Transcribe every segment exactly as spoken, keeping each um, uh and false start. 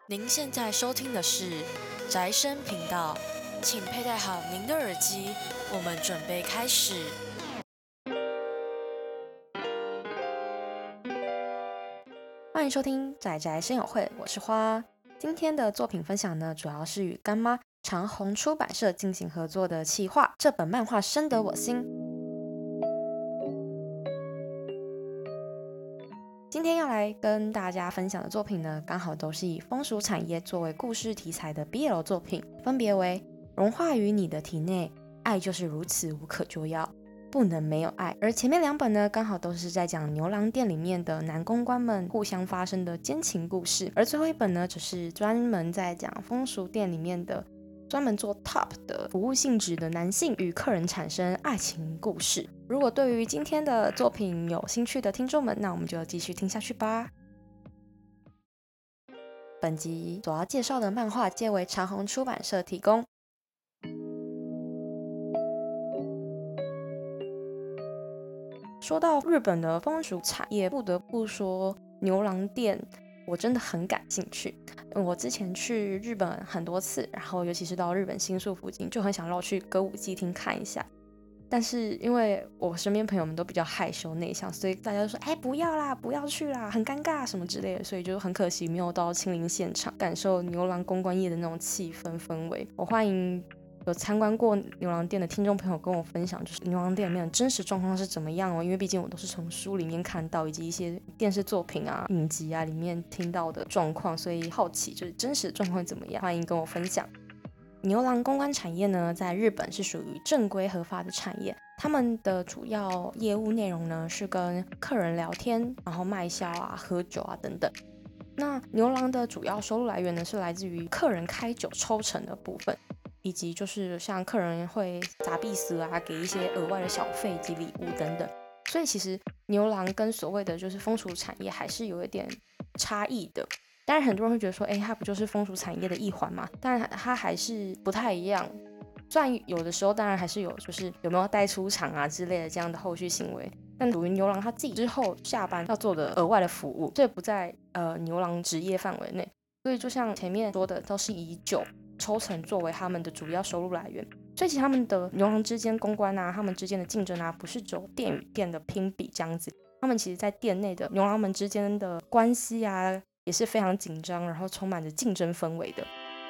您现在收听的是宅生频道，请佩戴好您的耳机，我们准备开始。欢迎收听宅宅生友会，我是花。今天的作品分享呢，主要是与干妈长虹出版社进行合作的企划，这本漫画深得我心。今天要来跟大家分享的作品呢，刚好都是以风俗产业作为故事题材的 B L 作品，分别为融化于你的体内，爱就是如此无可救药，不能没有爱。而前面两本呢，刚好都是在讲牛郎店里面的男公关们互相发生的奸情故事，而最后一本呢，只是专门在讲风俗店里面的专门做 top 的服务性质的男性与客人产生爱情故事。如果对于今天的作品有兴趣的听众们，那我们就继续听下去吧。本集所要介绍的漫画皆为长虹出版社提供。说到日本的风俗产业，不得不说牛郎店我真的很感兴趣。我之前去日本很多次，然后尤其是到日本新宿附近，就很想绕去歌舞伎町看一下。但是因为我身边朋友们都比较害羞内向，所以大家都说哎不要啦，不要去啦，很尴尬什么之类的，所以就很可惜没有到亲临现场感受牛郎公关业的那种气氛氛围。我欢迎有参观过牛郎店的听众朋友跟我分享，就是牛郎店里面的真实状况是怎么样哦，因为毕竟我都是从书里面看到以及一些电视作品啊影集啊里面听到的状况，所以好奇就是真实的状况怎么样，欢迎跟我分享。牛郎公关产业呢，在日本是属于正规合法的产业，他们的主要业务内容呢是跟客人聊天，然后卖笑啊、喝酒啊等等。那牛郎的主要收入来源呢是来自于客人开酒抽成的部分，以及就是像客人会砸币丝啊，给一些额外的小费及礼物等等。所以其实牛郎跟所谓的就是风俗产业还是有一点差异的。当然很多人会觉得说，哎，它不就是风俗产业的一环嘛？当然它还是不太一样。虽然有的时候当然还是有，就是有没有带出场啊之类的这样的后续行为，但属于牛郎他自己之后下班要做的额外的服务，这不在呃牛郎职业范围内。所以就像前面说的，都是以酒抽成作为他们的主要收入来源。所以其实他们的牛郎之间公关啊，他们之间的竞争啊，不是走店与店的拼比这样子。他们其实在店内的牛郎们之间的关系啊，也是非常紧张，然后充满着竞争氛围的。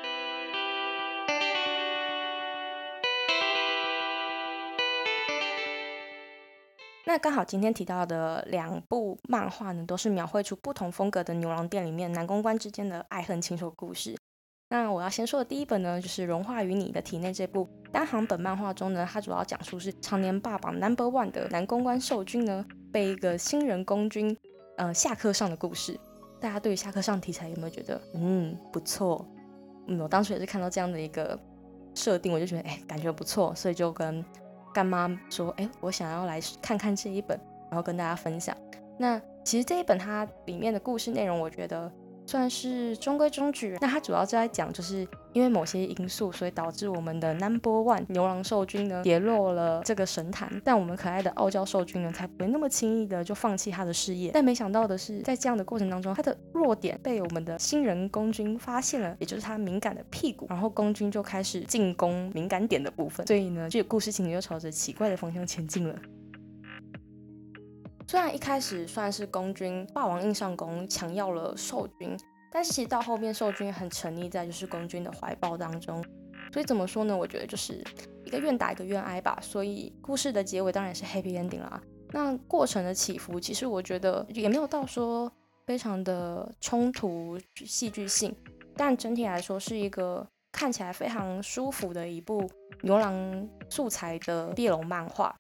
那刚好今天提到的两部漫画呢，都是描绘出不同风格的牛郎店里面男公关之间的爱恨情仇故事。那我要先说的第一本呢，就是融化于你的体内这部单行本漫画中呢，它主要讲述是常年霸榜 number one 的男公关受君呢，被一个新人公君呃下课上的故事。大家对于下课上题材有没有觉得嗯不错？嗯，我当时也是看到这样的一个设定，我就觉得哎感觉不错，所以就跟干妈说哎我想要来看看这一本，然后跟大家分享。那其实这一本它里面的故事内容我觉得算是中规中矩，那它主要是在讲就是因为某些因素，所以导致我们的 number one 牛郎受君呢跌落了这个神坛，但我们可爱的傲娇受君呢才不会那么轻易的就放弃他的事业。但没想到的是，在这样的过程当中，他的弱点被我们的新人公君发现了，也就是他敏感的屁股，然后公君就开始进攻敏感点的部分，所以呢这个故事情节就朝着奇怪的方向前进了。虽然一开始算是公君霸王硬上弓强要了受君，但是其实到后面受君很沉溺在就是公君的怀抱当中，所以怎么说呢，我觉得就是一个愿打一个愿挨吧。所以故事的结尾当然是 happy ending 啦。那过程的起伏其实我觉得也没有到说非常的冲突戏剧性，但整体来说是一个看起来非常舒服的一部牛郎素材的 B L 漫画。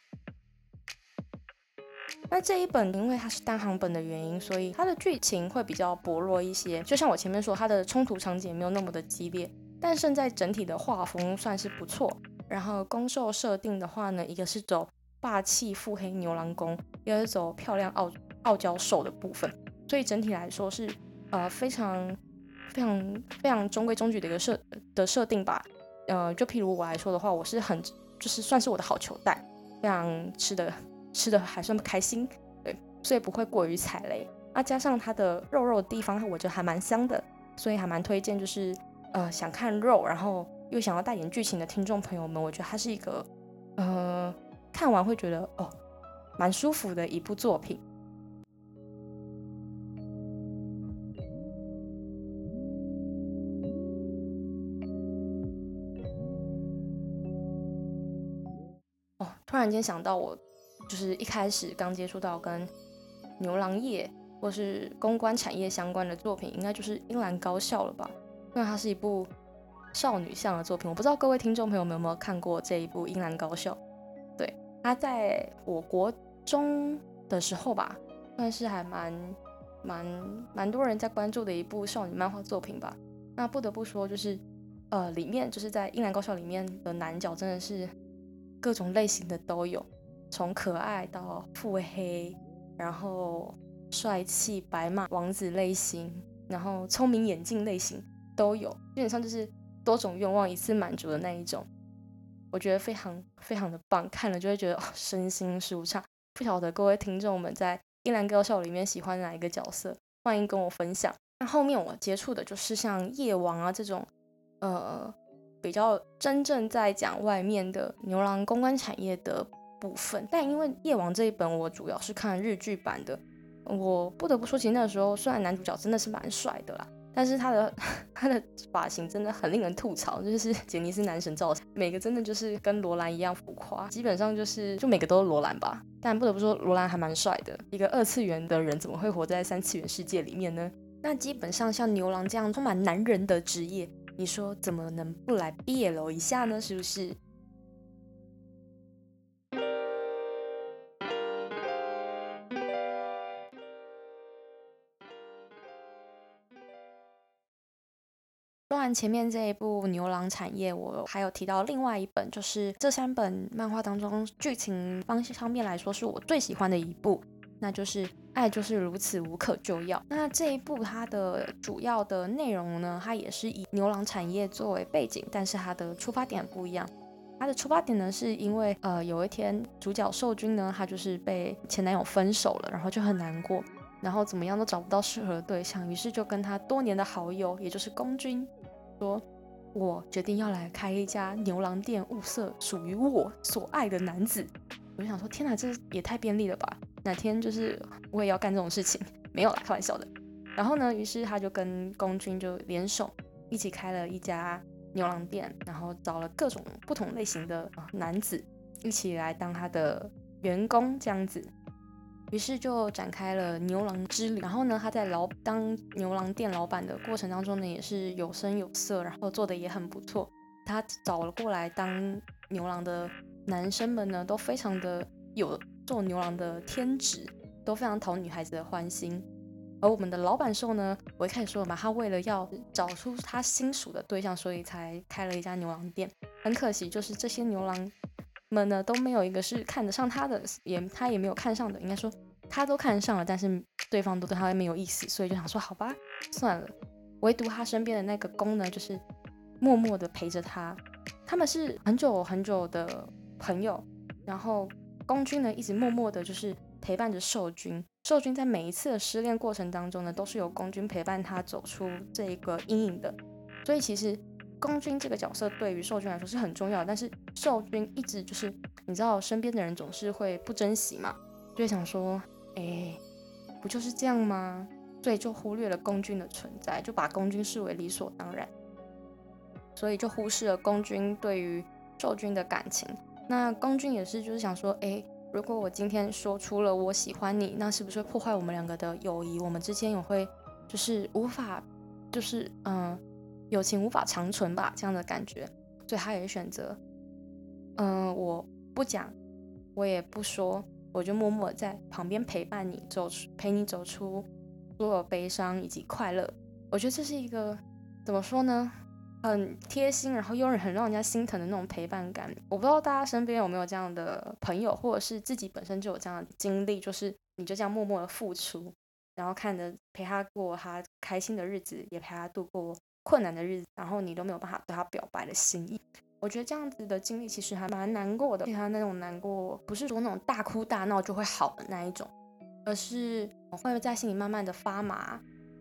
那这一本因为它是单行本的原因，所以它的剧情会比较薄弱一些，就像我前面说，它的冲突场景没有那么的激烈，但胜在整体的画风算是不错。然后攻受设定的话呢，一个是走霸气腹黑牛郎宫，一个是走漂亮傲傲娇受的部分，所以整体来说是呃非常非常非常中规中矩的一个设的设定吧。呃，就譬如我来说的话，我是很就是算是我的好球带，非常吃的吃的还算开心，对，所以不会过于踩雷。那加上它的肉肉的地方，我觉得还蛮香的， 所以还蛮推荐就是呃想看肉然后又想要带点剧情的听众朋友们，我觉得它是一个呃看完会觉得哦蛮舒服的一部作品。哦，突然间想到我就是一开始刚接触到跟牛郎业或是公关产业相关的作品，应该就是樱兰高校了吧？因为它是一部少女向的作品。我不知道各位听众朋友们有没有看过这一部樱兰高校？对，它在我国中的时候吧，算是还蛮蛮蛮多人在关注的一部少女漫画作品吧。那不得不说，就是呃，里面就是在樱兰高校里面的男角真的是各种类型的都有，从可爱到腹黑，然后帅气白马王子类型，然后聪明眼镜类型都有，基本上就是多种愿望一次满足的那一种。我觉得非常非常的棒，看了就会觉得、哦、身心舒畅。不晓得各位听众们在樱兰高校里面喜欢哪一个角色，欢迎跟我分享。那后面我接触的就是像夜王啊这种呃比较真正在讲外面的牛郎公关产业的部分，但因为夜王这一本我主要是看日剧版的，我不得不说，其实那个时候虽然男主角真的是蛮帅的啦，但是他的他的发型真的很令人吐槽，就是杰尼斯男神造型，每个真的就是跟罗兰一样浮夸，基本上就是就每个都是罗兰吧。但不得不说，罗兰还蛮帅的，一个二次元的人怎么会活在三次元世界里面呢？那基本上像牛郎这样充满男人的职业，你说怎么能不来 B L 一下呢？是不是？说完前面这一部牛郎产业，我还有提到另外一本，就是这三本漫画当中剧情方方面来说是我最喜欢的一部，那就是爱就是如此无可救药。那这一部它的主要的内容呢，它也是以牛郎产业作为背景，但是它的出发点不一样。它的出发点呢，是因为呃有一天主角寿君呢，他就是被前男友分手了，然后就很难过，然后怎么样都找不到适合的对象，于是就跟他多年的好友，也就是宫君说，我决定要来开一家牛郎店，物色属于我所爱的男子。我就想说，天哪，这也太便利了吧！哪天就是我也要干这种事情，没有啦，开玩笑的。然后呢，于是他就跟宫君就联手一起开了一家牛郎店，然后找了各种不同类型的男子一起来当他的员工，这样子。于是就展开了牛郎之旅。然后呢，他在老当牛郎店老板的过程当中呢，也是有声有色，然后做的也很不错。他找了过来当牛郎的男生们呢，都非常的有做牛郎的天职，都非常讨女孩子的欢心。而我们的老板寿呢，我一开始说了嘛，他为了要找出他心属的对象，所以才开了一家牛郎店。很可惜，就是这些牛郎们呢都没有一个是看得上他的，也他也没有看上的，应该说他都看上了，但是对方都对他没有意思，所以就想说好吧，算了。唯独他身边的那个公呢，就是默默的陪着他，他们是很久很久的朋友，然后公君呢一直默默的就是陪伴着寿君，寿君在每一次的失恋过程当中呢，都是由公君陪伴他走出这个阴影的，所以其实公君这个角色对于寿君来说是很重要的，但是寿君一直就是你知道身边的人总是会不珍惜嘛，就会想说哎，不就是这样吗？所以就忽略了公君的存在，就把公君视为理所当然，所以就忽视了公君对于寿君的感情。那公君也是就是想说，哎，如果我今天说出了我喜欢你，那是不是会破坏我们两个的友谊？我们之间也会就是无法，就是嗯，友情无法长存吧，这样的感觉。所以他也选择，嗯，我不讲，我也不说，我就默默在旁边陪伴你，走出陪你走出所有悲伤以及快乐。我觉得这是一个怎么说呢，很贴心，然后又很让人家心疼的那种陪伴感。我不知道大家身边有没有这样的朋友，或者是自己本身就有这样的经历，就是你就这样默默的付出，然后看着陪他过他开心的日子，也陪他度过困难的日子，然后你都没有办法对他表白的心意。我觉得这样子的经历其实还蛮难过的，而且他那种难过不是说那种大哭大闹就会好的那一种，而是我会在心里慢慢的发麻，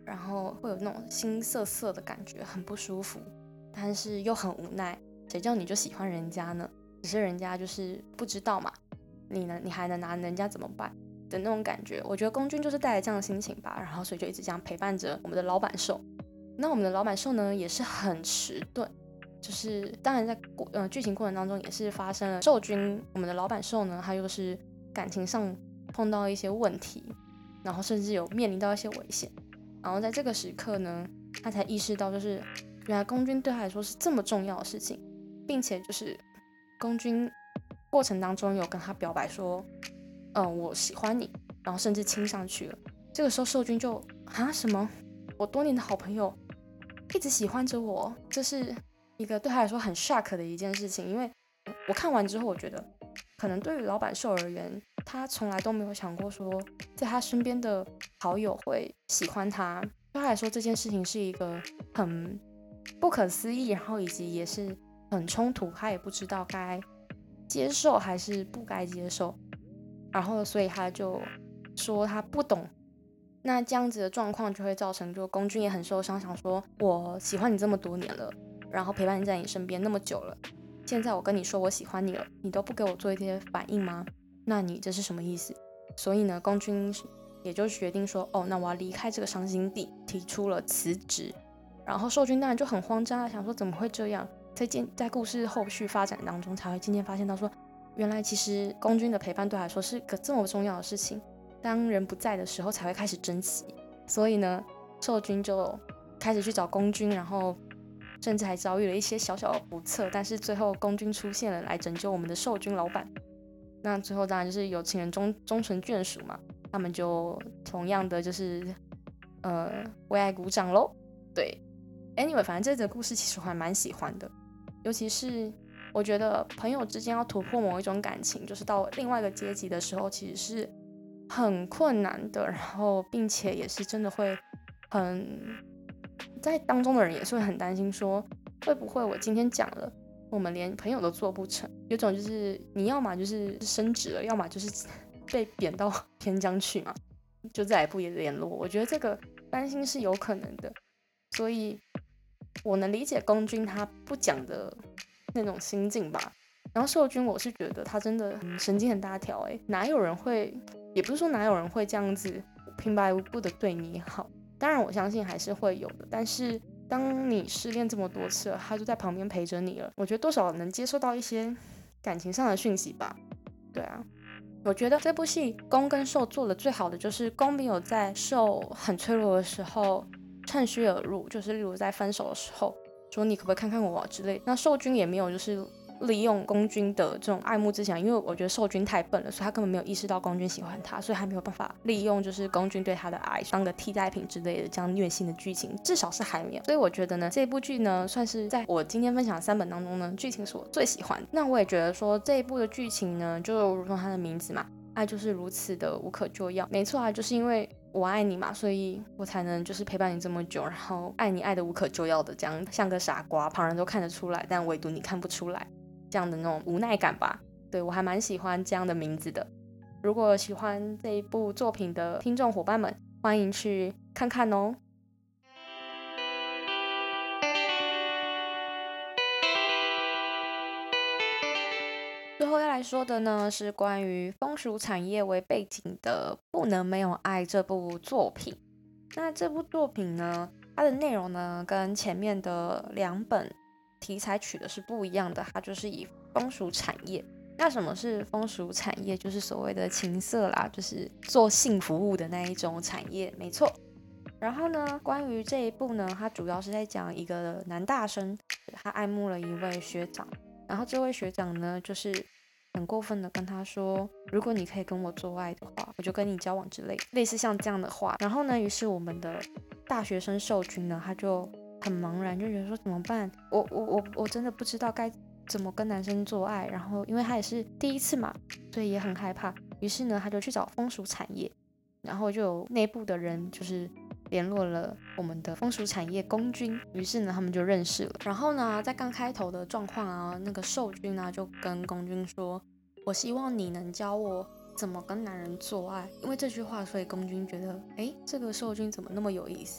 然后会有那种心涩涩的感觉，很不舒服，但是又很无奈，谁叫你就喜欢人家呢？只是人家就是不知道嘛，你呢，你还能拿人家怎么办的那种感觉。我觉得公君就是带着这样的心情吧，然后所以就一直这样陪伴着我们的老板兽。那我们的老板兽呢，也是很迟钝，就是当然在过呃剧情过程当中也是发生了兽君，我们的老板兽呢，他又是感情上碰到一些问题，然后甚至有面临到一些危险，然后在这个时刻呢，他才意识到就是原来公君对他来说是这么重要的事情，并且就是公君过程当中有跟他表白说，嗯，我喜欢你，然后甚至亲上去了。这个时候兽君就啊什么，我多年的好朋友一直喜欢着我，这是一个对他来说很 shock 的一件事情。因为我看完之后，我觉得可能对于老板兽而言，他从来都没有想过说，在他身边的好友会喜欢他。对他来说，这件事情是一个很不可思议，然后以及也是很冲突，他也不知道该接受还是不该接受，然后所以他就说他不懂。那这样子的状况就会造成，就公君也很受伤，想说我喜欢你这么多年了，然后陪伴你在你身边那么久了，现在我跟你说我喜欢你了，你都不给我做一些反应吗？那你这是什么意思？所以呢，公君也就决定说，哦，那我要离开这个伤心地，提出了辞职。然后兽君当然就很慌张，想说怎么会这样？在渐在故事后续发展当中，才会渐渐发现到说，原来其实公君的陪伴对他来说是个这么重要的事情，当人不在的时候才会开始珍惜。所以呢，兽君就开始去找公君，然后甚至还遭遇了一些小小的不测，但是最后公君出现了，来拯救我们的兽君老板。那最后当然就是有情人终终成眷属嘛，他们就同样的就是呃为爱鼓掌咯。对 ，anyway， 反正这则故事其实我还蛮喜欢的，尤其是我觉得朋友之间要突破某一种感情，就是到另外一个阶级的时候，其实是很困难的，然后并且也是真的会很在当中的人也是会很担心说，会不会我今天讲了，我们连朋友都做不成？有种就是你要么就是升职了，要么就是被贬到偏疆去嘛，就再也不联络。我觉得这个担心是有可能的，所以我能理解公君他不讲的那种心境吧。然后兽君，我是觉得他真的、嗯、神经很大条哎、欸，哪有人会，也不是说哪有人会这样子平白无故的对你好。当然我相信还是会有的，但是当你失恋这么多次了，他就在旁边陪着你了，我觉得多少能接受到一些感情上的讯息吧。对啊，我觉得这部戏攻跟受做的最好的就是攻没有在受很脆弱的时候趁虚而入，就是例如在分手的时候说你可不可以看看我、啊、之类的。那受君也没有就是利用公君的这种爱慕之想，因为我觉得受君太笨了，所以他根本没有意识到公君喜欢他，所以他没有办法利用就是公君对他的爱当个替代品之类的这样虐心的剧情，至少是还没有。所以我觉得呢，这部剧呢算是在我今天分享的三本当中呢，剧情是我最喜欢的。那我也觉得说这一部的剧情呢，就如同它的名字嘛，爱就是如此的无可救药。没错啊，就是因为我爱你嘛，所以我才能就是陪伴你这么久，然后爱你爱的无可救药的，这样像个傻瓜，旁人都看得出来，但唯独你看不出来，这样的那种无奈感吧。对，我还蛮喜欢这样的名字的。如果喜欢这一部作品的听众伙伴们，欢迎去看看哦。最后要来说的呢，是关于风俗产业为背景的《不能没有爱》这部作品。那这部作品呢，它的内容呢，跟前面的两本题材取的是不一样的，它就是以风俗产业。那什么是风俗产业？就是所谓的情色啦，就是做性服务的那一种产业，没错。然后呢，关于这一部呢，它主要是在讲一个男大生，他爱慕了一位学长，然后这位学长呢，就是很过分的跟他说，如果你可以跟我做爱的话，我就跟你交往之类，类似像这样的话。然后呢，于是我们的大学生受君呢，他就很茫然，就觉得说怎么办？我我我我真的不知道该怎么跟男生做爱。然后因为他也是第一次嘛，所以也很害怕。于是呢，他就去找风俗产业，然后就有内部的人就是联络了我们的风俗产业公君，于是呢他们就认识了。然后呢，在刚开头的状况啊，那个受君啊就跟公君说，我希望你能教我怎么跟男人做爱。因为这句话，所以公君觉得，哎，这个受君怎么那么有意思？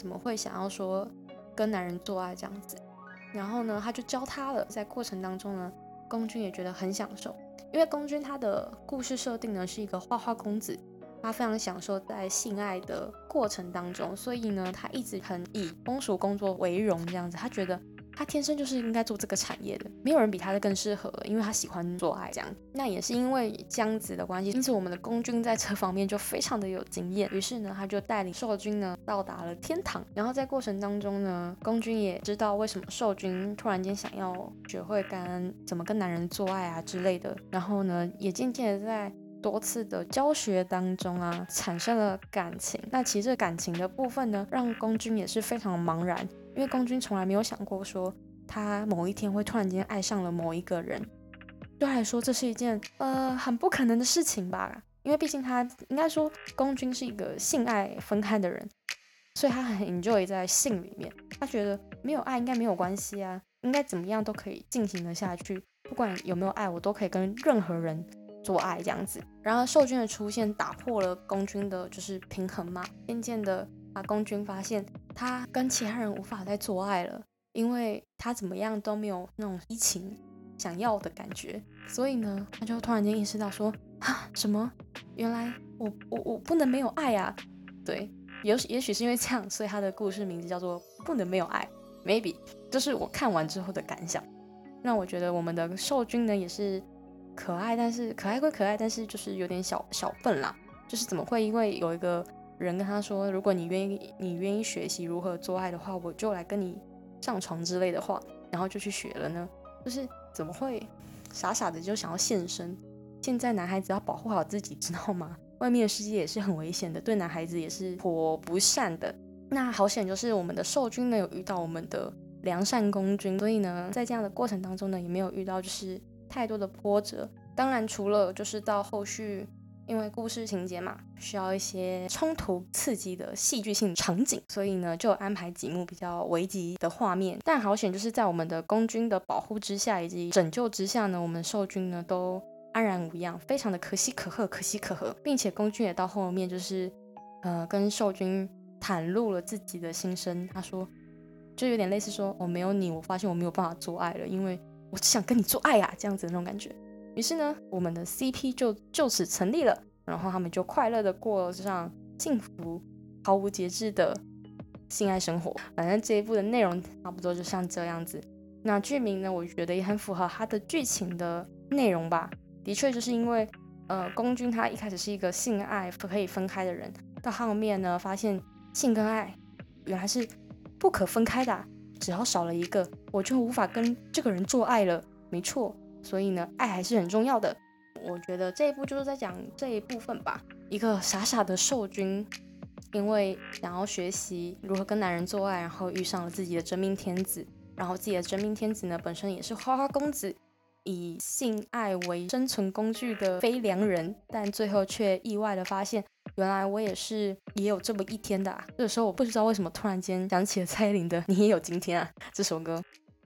怎么会想要说跟男人做爱这样子？然后呢，他就教他了。在过程当中呢，宫君也觉得很享受，因为宫君他的故事设定呢是一个花花公子，他非常享受在性爱的过程当中，所以呢，他一直很以风俗工作为荣这样子。他觉得他天生就是应该做这个产业的，没有人比他更适合，因为他喜欢做爱这样。那也是因为这样子的关系，因此我们的宫君在这方面就非常的有经验。于是呢，他就带领受君呢到达了天堂。然后在过程当中呢，宫君也知道为什么受君突然间想要学会跟怎么跟男人做爱啊之类的。然后呢，也渐渐的在多次的教学当中啊，产生了感情。那其实这感情的部分呢，让宫君也是非常茫然，因为宫君从来没有想过说他某一天会突然间爱上了某一个人，对他来说这是一件呃很不可能的事情吧。因为毕竟他应该说宫君是一个性爱分开的人，所以他很 enjoy 在性里面，他觉得没有爱应该没有关系啊，应该怎么样都可以进行得下去，不管有没有爱我都可以跟任何人做爱这样子。然而受君的出现打破了宫君的就是平衡嘛，渐渐的把宫君发现他跟其他人无法再做爱了，因为他怎么样都没有那种激情想要的感觉。所以呢，他就突然间意识到说啊，什么原来我我我不能没有爱啊。对，也也许是因为这样，所以他的故事名字叫做不能没有爱 maybe 这是我看完之后的感想。那我觉得我们的受君呢也是可爱，但是可爱归可爱，但是就是有点小小笨啦。就是怎么会因为有一个人跟他说，如果你愿意你愿意学习如何做爱的话，我就来跟你上床之类的话，然后就去学了呢？就是怎么会傻傻的就想要现身？现在男孩子要保护好自己，知道吗？外面的世界也是很危险的，对男孩子也是颇不善的。那好险就是我们的受君呢有遇到我们的良善公君，所以呢在这样的过程当中呢也没有遇到就是太多的波折。当然除了就是到后续因为故事情节嘛需要一些冲突刺激的戏剧性场景，所以呢就有安排几幕比较危急的画面。但好险就是在我们的公君的保护之下以及拯救之下呢，我们受君呢都安然无恙，非常的可喜可贺可喜可贺。并且公君也到后面就是呃跟受君袒露了自己的心声，他说就有点类似说我、哦、没有你我发现我没有办法做爱了，因为我只想跟你做爱啊，这样子的那种感觉。于是呢我们的 C P 就就此成立了，然后他们就快乐的过上幸福毫无节制的性爱生活。反正这一部的内容差不多就像这样子。那剧名呢我觉得也很符合它的剧情的内容吧。的确就是因为呃，宫君他一开始是一个性爱可以分开的人，到后面呢发现性跟爱原来是不可分开的、啊、只要少了一个我就无法跟这个人做爱了。没错，所以呢爱还是很重要的。我觉得这一部就是在讲这一部分吧，一个傻傻的受君因为想要学习如何跟男人做爱，然后遇上了自己的真命天子，然后自己的真命天子呢本身也是花花公子，以性爱为生存工具的非良人，但最后却意外的发现原来我也是也有这么一天的啊。这个时候我不知道为什么突然间想起了蔡依林的你也有今天啊这首歌。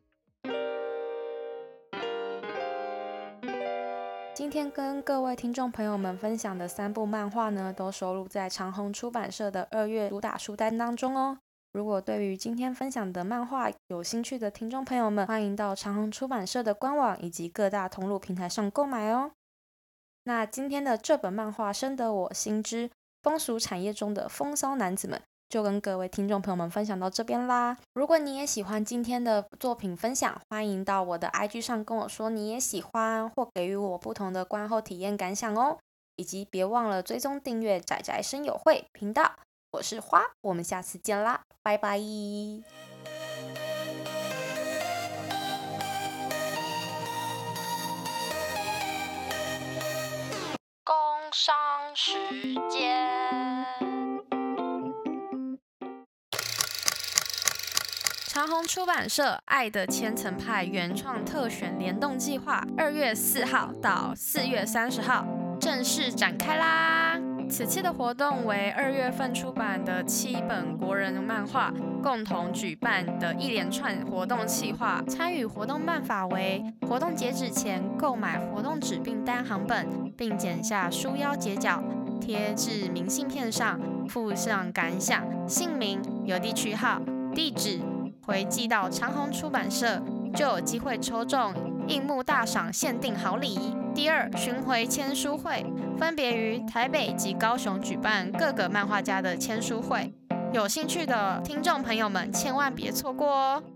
今天跟各位听众朋友们分享的三部漫画呢都收录在长虹出版社的二月主打书单当中哦。如果对于今天分享的漫画有兴趣的听众朋友们，欢迎到长虹出版社的官网以及各大通路平台上购买哦。那今天的这本漫画深得我心之，风俗产业中的风骚男子们，就跟各位听众朋友们分享到这边啦。如果你也喜欢今天的作品分享，欢迎到我的 I G 上跟我说你也喜欢，或给予我不同的观后体验感想哦。以及别忘了追踪订阅宅宅声友会频道。我是花，我们下次见啦，拜拜。工商时间，长虹出版社《爱的千层派》原创特选联动计划，二月四号到四月三十号正式展开啦！此次的活动为二月份出版的七本国人漫画共同举办的一连串活动企划。参与活动办法为：活动截止前购买活动纸并单行本，并剪下书腰截角贴至明信片上， 附上感想、姓名、邮递区号、地址，回寄到长虹出版社，就有机会抽中樱木大赏限定好礼。第二，巡回签书会，分别于台北及高雄举办各个漫画家的签书会，有兴趣的听众朋友们千万别错过哦。